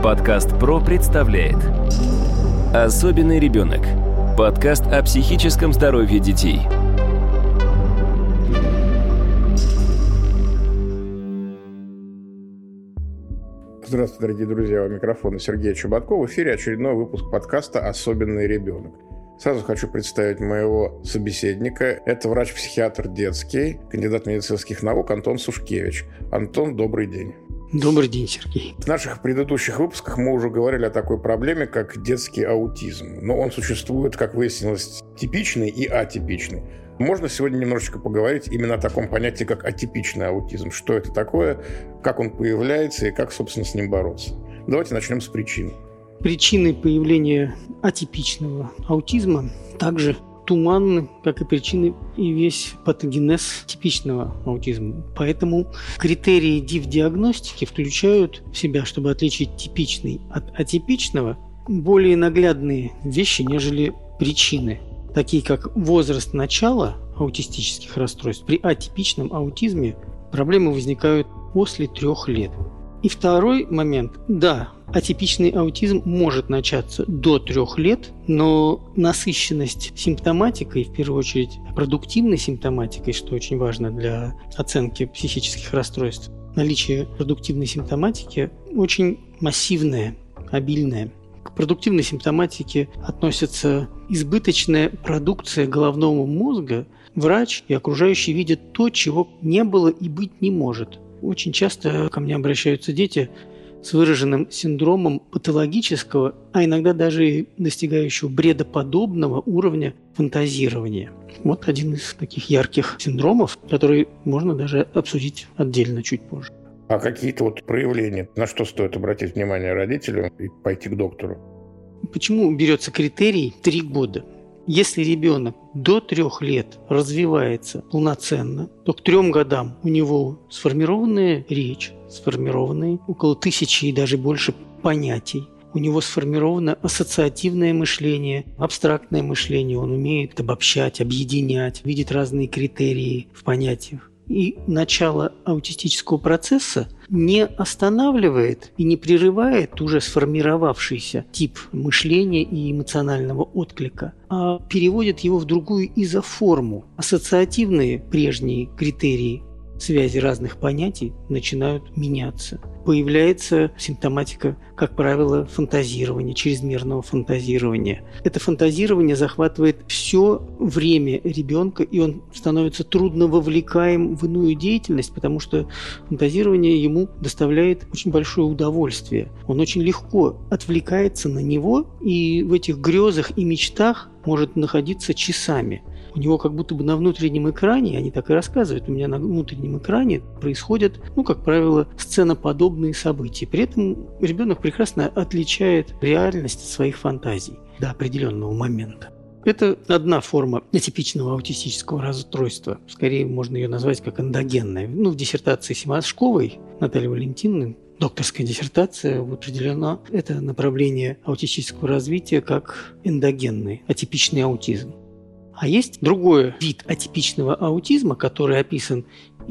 Подкаст ПРО представляет «Особенный ребенок». Подкаст о психическом здоровье детей. Здравствуйте, дорогие друзья, у микрофона Сергей Чубатко. В эфире очередной выпуск подкаста «Особенный ребенок». Сразу хочу представить моего собеседника. Это врач-психиатр детский, кандидат медицинских наук Антон Сушкевич. Антон, добрый день. Добрый день, Сергей. В наших предыдущих выпусках мы уже говорили о такой проблеме, как детский аутизм. Но он существует, как выяснилось, типичный и атипичный. Можно сегодня немножечко поговорить именно о таком понятии, как атипичный аутизм. Что это такое, как он появляется и как, собственно, с ним бороться. Давайте начнем с причин. Причины появления атипичного аутизма также туманны, как и причины и весь патогенез типичного аутизма. Поэтому критерии див-диагностики включают в себя, чтобы отличить типичный от атипичного, более наглядные вещи, нежели причины, такие как возраст начала аутистических расстройств. При атипичном аутизме проблемы возникают после 3 лет. И второй момент. Да, атипичный аутизм может начаться до 3 лет, но насыщенность симптоматикой, в первую очередь продуктивной симптоматикой, что очень важно для оценки психических расстройств, наличие продуктивной симптоматики очень массивное, обильное. К продуктивной симптоматике относится избыточная продукция головного мозга. Врач и окружающие видят то, чего не было и быть не может. Очень часто ко мне обращаются дети с выраженным синдромом патологического, а иногда даже и достигающего бредоподобного уровня фантазирования. Вот один из таких ярких синдромов, который можно даже обсудить отдельно чуть позже. А какие-то проявления, на что стоит обратить внимание родителям и пойти к доктору? Почему берется критерий 3 года? Если ребенок до 3 лет развивается полноценно, то к 3 годам у него сформированная речь, сформированные около 1000 и даже больше понятий. У него сформировано ассоциативное мышление, абстрактное мышление. Он умеет обобщать, объединять, видит разные критерии в понятиях. И начало аутистического процесса не останавливает и не прерывает уже сформировавшийся тип мышления и эмоционального отклика, а переводит его в другую изоформу. Ассоциативные прежние критерии связи разных понятий начинают меняться. Появляется симптоматика, как правило, фантазирования, чрезмерного фантазирования. Это фантазирование захватывает все время ребенка, и он становится трудно вовлекаем в иную деятельность, потому что фантазирование ему доставляет очень большое удовольствие. Он очень легко отвлекается на него, и в этих грезах и мечтах может находиться часами. У него как будто бы на внутреннем экране, они так и рассказывают, у меня на внутреннем экране происходят, как правило, сценоподобные события. При этом ребенок прекрасно отличает реальность от своих фантазий до определенного момента. Это одна форма атипичного аутистического расстройства. Скорее можно ее назвать как эндогенная. В диссертации Семашковой Натальи Валентиновны, докторская диссертация, определено это направление аутистического развития как эндогенный атипичный аутизм. А есть другой вид атипичного аутизма, который описан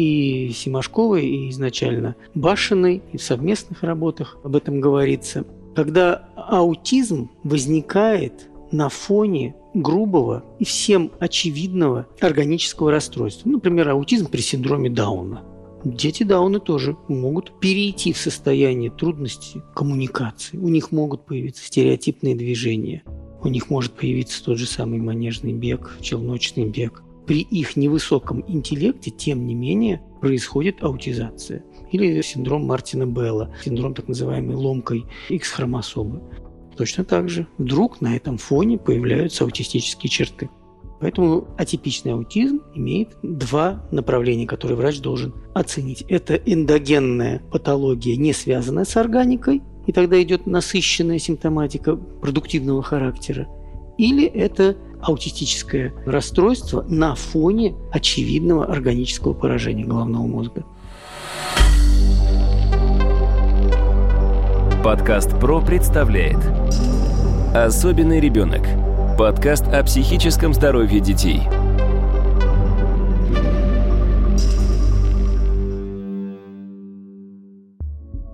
и Семашковой, и изначально Башиной, и в совместных работах об этом говорится. Когда аутизм возникает на фоне грубого и всем очевидного органического расстройства. Например, аутизм при синдроме Дауна. Дети Дауна тоже могут перейти в состояние трудности коммуникации. У них могут появиться стереотипные движения. У них может появиться тот же самый манежный бег, челночный бег. При их невысоком интеллекте, тем не менее, происходит аутизация. Или синдром Мартина Белла, синдром так называемой ломкой X-хромосомы. Точно так же вдруг на этом фоне появляются аутистические черты. Поэтому атипичный аутизм имеет 2 направления, которые врач должен оценить. Это эндогенная патология, не связанная с органикой, и тогда идет насыщенная симптоматика продуктивного характера. Или это аутистическое расстройство на фоне очевидного органического поражения головного мозга. Подкаст ПРО представляет «Особенный ребенок». Подкаст о психическом здоровье детей.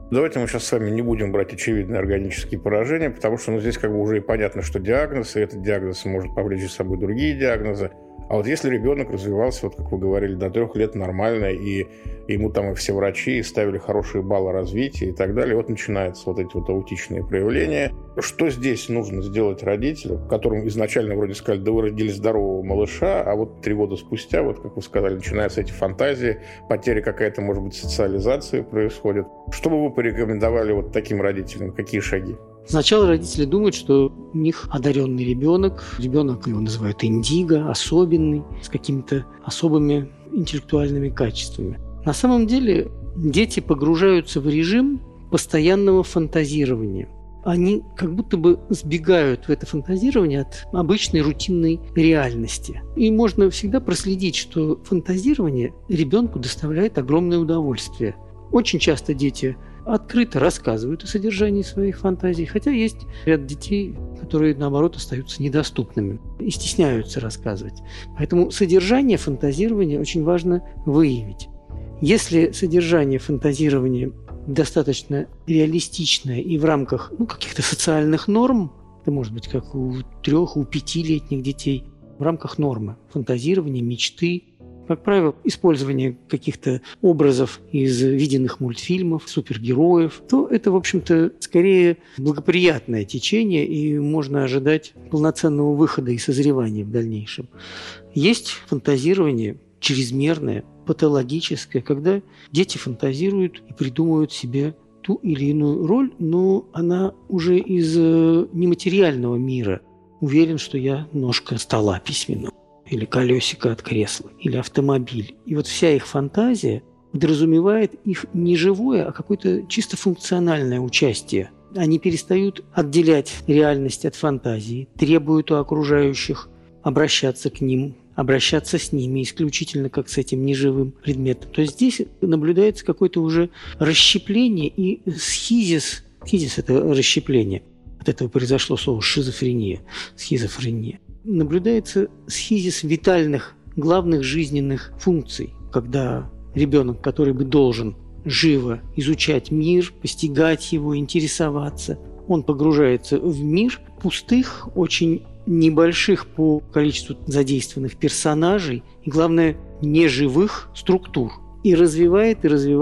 Давайте мы сейчас с вами не будем брать очевидные органические поражения, потому что здесь уже и понятно, что диагноз, и этот диагноз может повлечь за собой другие диагнозы. А вот если ребенок развивался, как вы говорили, до 3 лет нормально, и ему там и все врачи ставили хорошие баллы развития и так далее, начинаются эти аутичные проявления. Что здесь нужно сделать родителям, которым изначально вроде сказали, да вы родили здорового малыша, а 3 года спустя, как вы сказали, начинаются эти фантазии, потеря какая-то, может быть, социализации происходит. Что бы вы порекомендовали таким родителям? Какие шаги? Сначала родители думают, что у них одаренный ребенок, его называют индиго, особенный, с какими-то особыми интеллектуальными качествами. На самом деле дети погружаются в режим постоянного фантазирования. Они как будто бы сбегают в это фантазирование от обычной рутинной реальности. И можно всегда проследить, что фантазирование ребенку доставляет огромное удовольствие. Очень часто дети открыто рассказывают о содержании своих фантазий, хотя есть ряд детей, которые, наоборот, остаются недоступными и стесняются рассказывать. Поэтому содержание фантазирования очень важно выявить. Если содержание фантазирования достаточно реалистичное и в рамках каких-то социальных норм, это может быть как у 3, у 5-летних детей, в рамках нормы фантазирования, мечты, как правило, использование каких-то образов из виденных мультфильмов, супергероев, то это, в общем-то, скорее благоприятное течение, и можно ожидать полноценного выхода и созревания в дальнейшем. Есть фантазирование чрезмерное, патологическое, когда дети фантазируют и придумывают себе ту или иную роль, но она уже из нематериального мира. Уверен, что я ножка стола письменного, или колесико от кресла, или автомобиль. И вся их фантазия подразумевает их не живое, а какое-то чисто функциональное участие. Они перестают отделять реальность от фантазии, требуют у окружающих обращаться к ним, обращаться с ними исключительно как с этим неживым предметом. То есть здесь наблюдается какое-то уже расщепление и схизис. Схизис – это расщепление. От этого произошло слово шизофрения, схизофрения. Наблюдается схизис витальных, главных жизненных функций, когда ребенок, который бы должен живо изучать мир, постигать его, интересоваться, он погружается в мир пустых, очень небольших по количеству задействованных персонажей и, главное, неживых структур. И развивает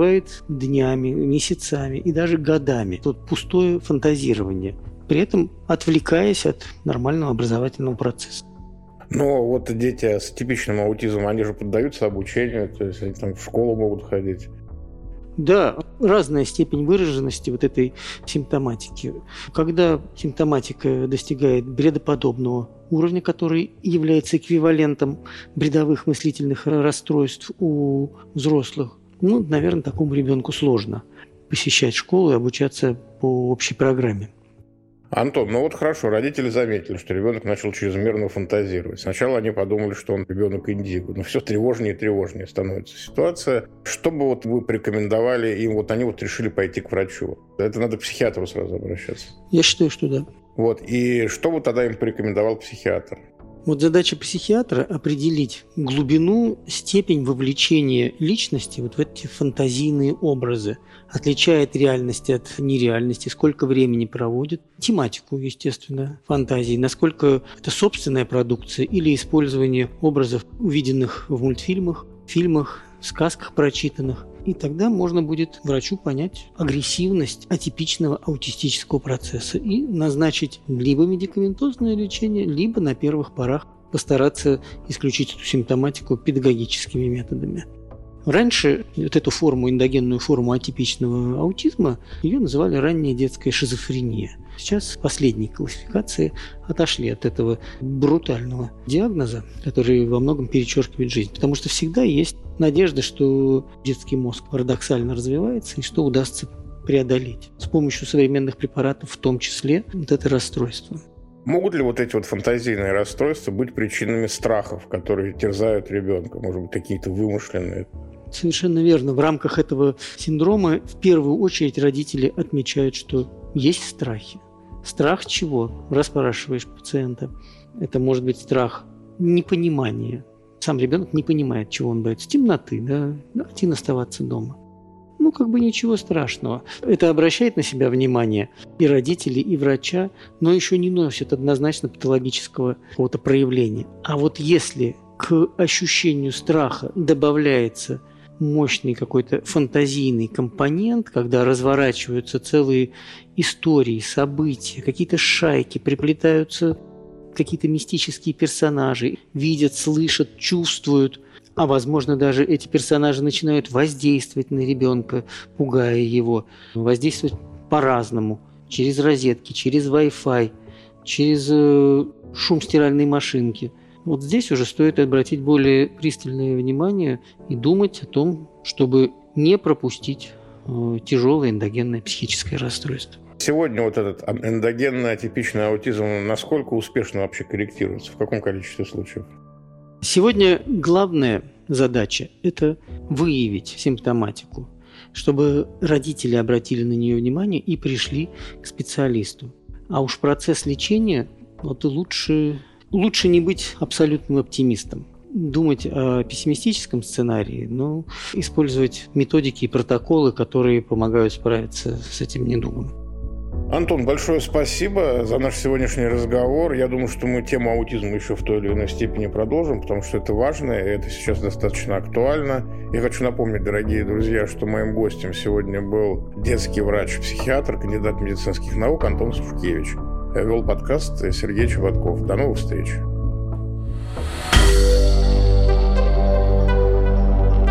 днями, месяцами и даже годами пустое фантазирование, при этом отвлекаясь от нормального образовательного процесса. Но дети с типичным аутизмом, они же поддаются обучению, то есть они в школу могут ходить. Да, разная степень выраженности этой симптоматики. Когда симптоматика достигает бредоподобного уровня, который является эквивалентом бредовых мыслительных расстройств у взрослых, наверное, такому ребенку сложно посещать школу и обучаться по общей программе. Антон, хорошо, родители заметили, что ребенок начал чрезмерно фантазировать. Сначала они подумали, что он ребенок индиго, но все тревожнее и тревожнее становится ситуация. Что бы вы порекомендовали им, они решили пойти к врачу? Это надо к психиатру сразу обращаться. Я считаю, что да. И что бы тогда им порекомендовал психиатр? Задача психиатра – определить глубину, степень вовлечения личности в эти фантазийные образы. Отличает реальность от нереальности, сколько времени проводит, тематику, естественно, фантазии, насколько это собственная продукция или использование образов, увиденных в мультфильмах, фильмах, сказках прочитанных. И тогда можно будет врачу понять агрессивность атипичного аутистического процесса и назначить либо медикаментозное лечение, либо на первых порах постараться исключить эту симптоматику педагогическими методами. Раньше эту форму, эндогенную форму атипичного аутизма, ее называли ранняя детская шизофрения. Сейчас последние классификации отошли от этого брутального диагноза, который во многом перечеркивает жизнь. Потому что всегда есть надежда, что детский мозг парадоксально развивается и что удастся преодолеть с помощью современных препаратов, в том числе это расстройство. Могут ли эти фантазийные расстройства быть причинами страхов, которые терзают ребенка? Может быть, какие-то вымышленные? Совершенно верно. В рамках этого синдрома в первую очередь родители отмечают, что есть страхи. Страх чего? Расспрашиваешь пациента. Это может быть страх непонимания. Сам ребенок не понимает, чего он боится. Темноты, один оставаться дома. ничего страшного. Это обращает на себя внимание и родителей, и врача, но еще не носит однозначно патологического какого-то проявления. А вот если к ощущению страха добавляется мощный какой-то фантазийный компонент, когда разворачиваются целые истории, события, какие-то шайки, приплетаются какие-то мистические персонажи, видят, слышат, чувствуют, а возможно даже эти персонажи начинают воздействовать на ребенка, пугая его, воздействовать по-разному, через розетки, через Wi-Fi, через шум стиральной машинки. Вот здесь уже стоит обратить более пристальное внимание и думать о том, чтобы не пропустить тяжелое эндогенное психическое расстройство. Сегодня вот этот эндогенный атипичный аутизм насколько успешно вообще корректируется? В каком количестве случаев? Сегодня главная задача – это выявить симптоматику, чтобы родители обратили на нее внимание и пришли к специалисту. А уж процесс лечения лучше не быть абсолютным оптимистом. Думать о пессимистическом сценарии, но использовать методики и протоколы, которые помогают справиться с этим недугом. Антон, большое спасибо за наш сегодняшний разговор. Я думаю, что мы тему аутизма еще в той или иной степени продолжим, потому что это важно, и это сейчас достаточно актуально. Я хочу напомнить, дорогие друзья, что моим гостем сегодня был детский врач-психиатр, кандидат медицинских наук Антон Сушкевич. Я вел подкаст Сергей Чеботков. До новых встреч.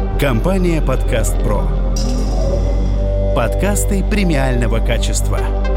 Компания «Подкаст Про». Подкасты премиального качества.